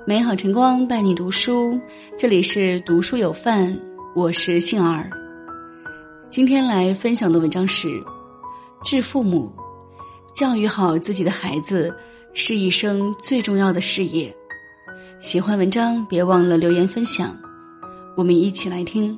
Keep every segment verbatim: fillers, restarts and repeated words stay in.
美好晨光伴你读书，这里是读书有范，我是杏儿。今天来分享的文章是致父母，教育好自己的孩子是一生最重要的事业。喜欢文章别忘了留言分享，我们一起来听。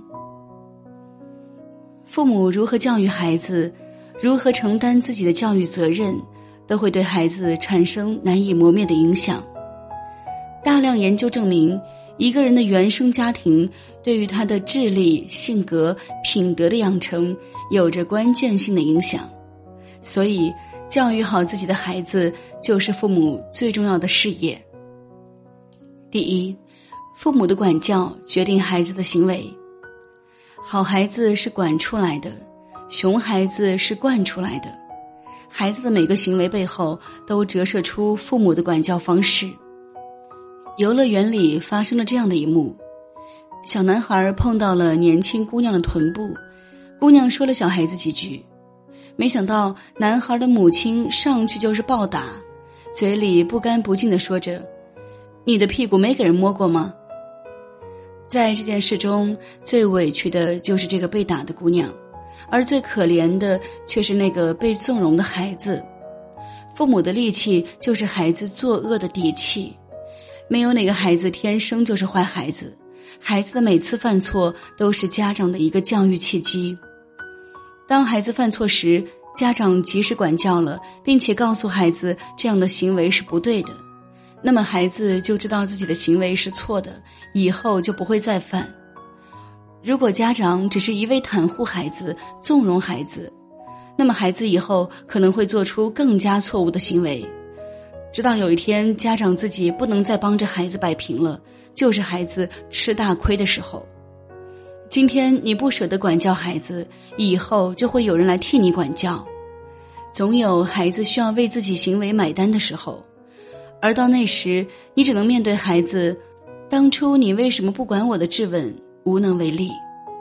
父母如何教育孩子，如何承担自己的教育责任，都会对孩子产生难以磨灭的影响。大量研究证明，一个人的原生家庭对于他的智力、性格、品德的养成有着关键性的影响。所以，教育好自己的孩子就是父母最重要的事业。第一，父母的管教决定孩子的行为。好孩子是管出来的，熊孩子是惯出来的。孩子的每个行为背后都折射出父母的管教方式。游乐园里发生了这样的一幕，小男孩碰到了年轻姑娘的臀部，姑娘说了小孩子几句，没想到男孩的母亲上去就是暴打，嘴里不干不净地说着：“你的屁股没给人摸过吗？”在这件事中，最委屈的就是这个被打的姑娘，而最可怜的却是那个被纵容的孩子。父母的戾气就是孩子作恶的底气。没有哪个孩子天生就是坏孩子，孩子的每次犯错都是家长的一个教育契机。当孩子犯错时，家长及时管教了，并且告诉孩子这样的行为是不对的，那么孩子就知道自己的行为是错的，以后就不会再犯。如果家长只是一味袒护孩子、纵容孩子，那么孩子以后可能会做出更加错误的行为。直到有一天家长自己不能再帮着孩子摆平了，就是孩子吃大亏的时候。今天你不舍得管教孩子，以后就会有人来替你管教。总有孩子需要为自己行为买单的时候，而到那时你只能面对孩子当初你为什么不管我的质问，无能为力。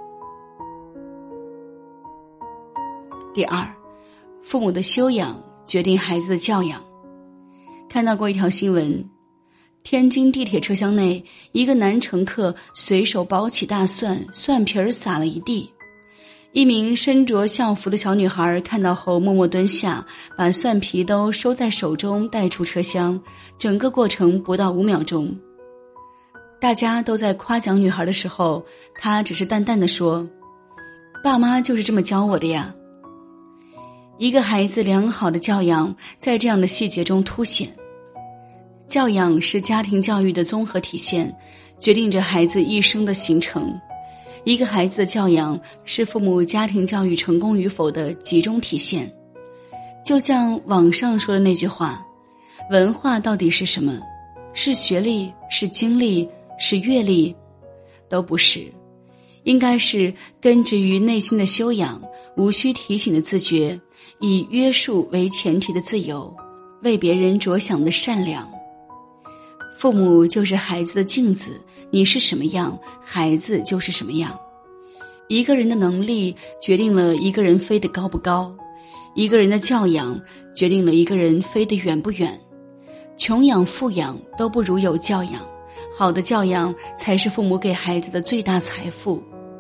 第二，父母的修养决定孩子的教养。看到过一条新闻，天津地铁车厢内，一个男乘客随手剥起大蒜，蒜皮儿撒了一地。一名身着校服的小女孩看到后默默蹲下，把蒜皮都收在手中带出车厢，整个过程不到五秒钟。大家都在夸奖女孩的时候，她只是淡淡地说：“爸妈就是这么教我的呀。”一个孩子良好的教养在这样的细节中凸显。教养是家庭教育的综合体现，决定着孩子一生的形成。一个孩子的教养是父母家庭教育成功与否的集中体现。就像网上说的那句话，文化到底是什么？是学历？是经历？是阅历？都不是，应该是根植于内心的修养，无需提醒的自觉，以约束为前提的自由，为别人着想的善良。父母就是孩子的镜子，你是什么样，孩子就是什么样。一个人的能力决定了一个人飞得高不高，一个人的教养决定了一个人飞得远不远。穷养富养都不如有教养，好的教养才是父母给孩子的最大财富。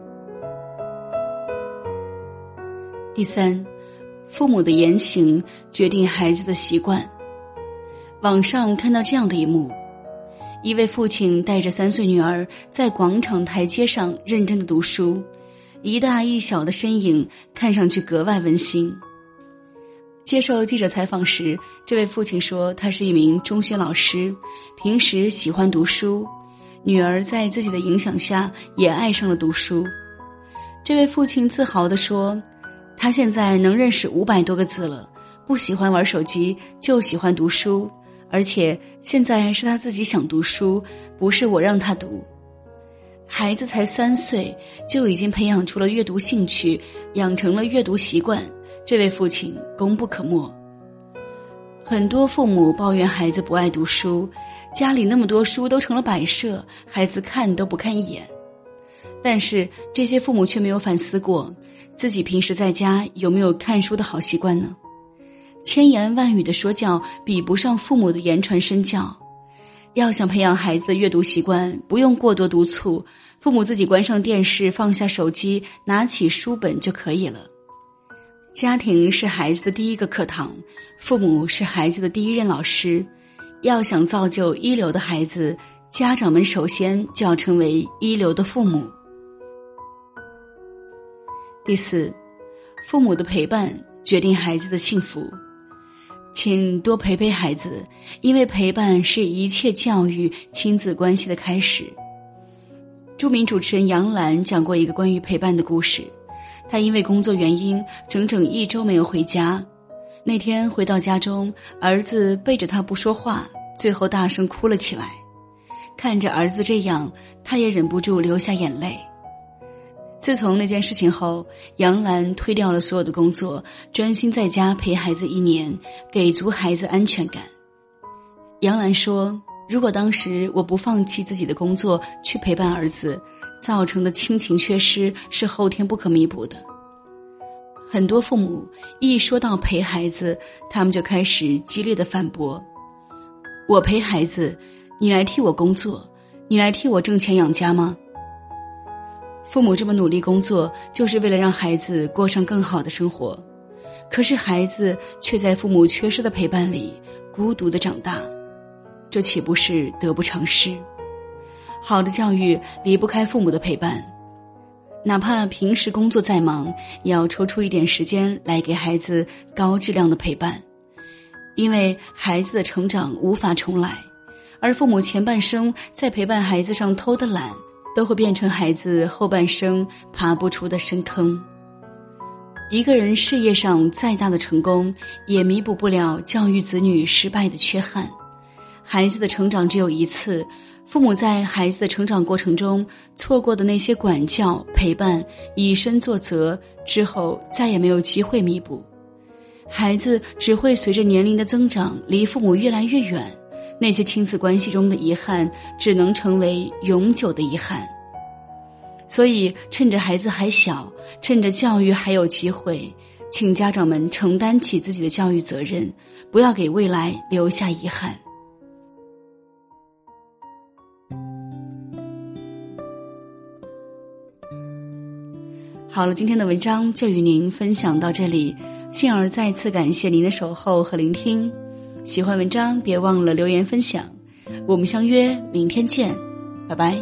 第三，父母的言行决定孩子的习惯。网上看到这样的一幕，一位父亲带着三岁女儿在广场台阶上认真地读书，一大一小的身影看上去格外温馨。接受记者采访时，这位父亲说他是一名中学老师，平时喜欢读书，女儿在自己的影响下也爱上了读书。这位父亲自豪地说，他现在能认识五百多个字了，不喜欢玩手机，就喜欢读书，而且现在是他自己想读书，不是我让他读。孩子才三岁，就已经培养出了阅读兴趣，养成了阅读习惯，这位父亲功不可没。很多父母抱怨孩子不爱读书，家里那么多书都成了摆设，孩子看都不看一眼。但是这些父母却没有反思过，自己平时在家有没有看书的好习惯呢？千言万语的说教比不上父母的言传身教。 要想培养孩子的阅读习惯，不用过多督促，父母自己关上电视，放下手机，拿起书本就可以了。家庭是孩子的第一个课堂，父母是孩子的第一任老师。要想造就一流的孩子，家长们首先就要成为一流的父母。第四，父母的陪伴决定孩子的幸福。请多陪陪孩子，因为陪伴是一切教育亲子关系的开始。著名主持人杨澜讲过一个关于陪伴的故事。她因为工作原因，整整一周没有回家。那天回到家中，儿子背着她不说话，最后大声哭了起来。看着儿子这样，她也忍不住流下眼泪。自从那件事情后，杨澜推掉了所有的工作，专心在家陪孩子一年，给足孩子安全感。杨澜说，如果当时我不放弃自己的工作去陪伴儿子，造成的亲情缺失是后天不可弥补的。很多父母一说到陪孩子，他们就开始激烈的反驳，我陪孩子，你来替我工作，你来替我挣钱养家吗？父母这么努力工作，就是为了让孩子过上更好的生活，可是孩子却在父母缺失的陪伴里孤独地长大，这岂不是得不偿失？好的教育离不开父母的陪伴，哪怕平时工作再忙，也要抽出一点时间来给孩子高质量的陪伴。因为孩子的成长无法重来，而父母前半生在陪伴孩子上偷的懒，都会变成孩子后半生爬不出的深坑。一个人事业上再大的成功，也弥补不了教育子女失败的缺憾。孩子的成长只有一次，父母在孩子的成长过程中错过的那些管教、陪伴，以身作则之后，再也没有机会弥补。孩子只会随着年龄的增长，离父母越来越远，那些亲子关系中的遗憾，只能成为永久的遗憾。所以，趁着孩子还小，趁着教育还有机会，请家长们承担起自己的教育责任，不要给未来留下遗憾。好了，今天的文章就与您分享到这里，杏儿再次感谢您的守候和聆听。喜欢文章别忘了留言分享，我们相约明天见，拜拜。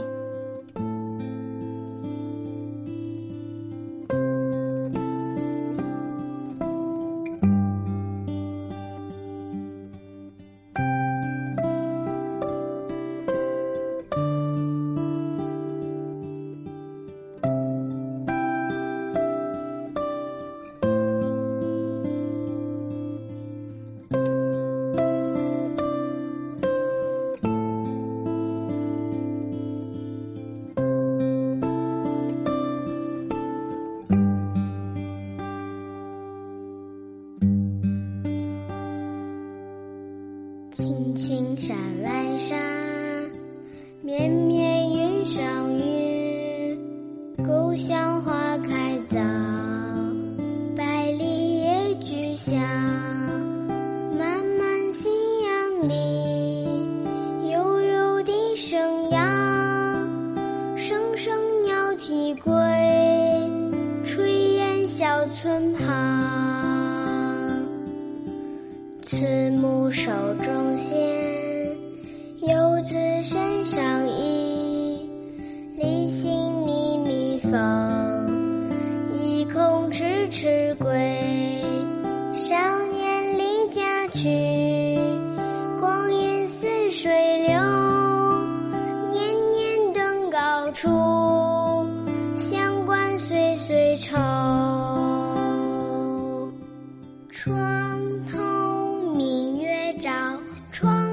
青青山外山，绵绵云上云。故乡花开早，百里野菊香。漫漫夕阳里，悠悠地生阳。声声鸟啼归，炊烟小村旁。慈母手中线，游子身上衣。离心密密缝，意空迟迟归。少年离家去，光阴似水流。年年登高处，乡关岁岁愁。床头明月照窗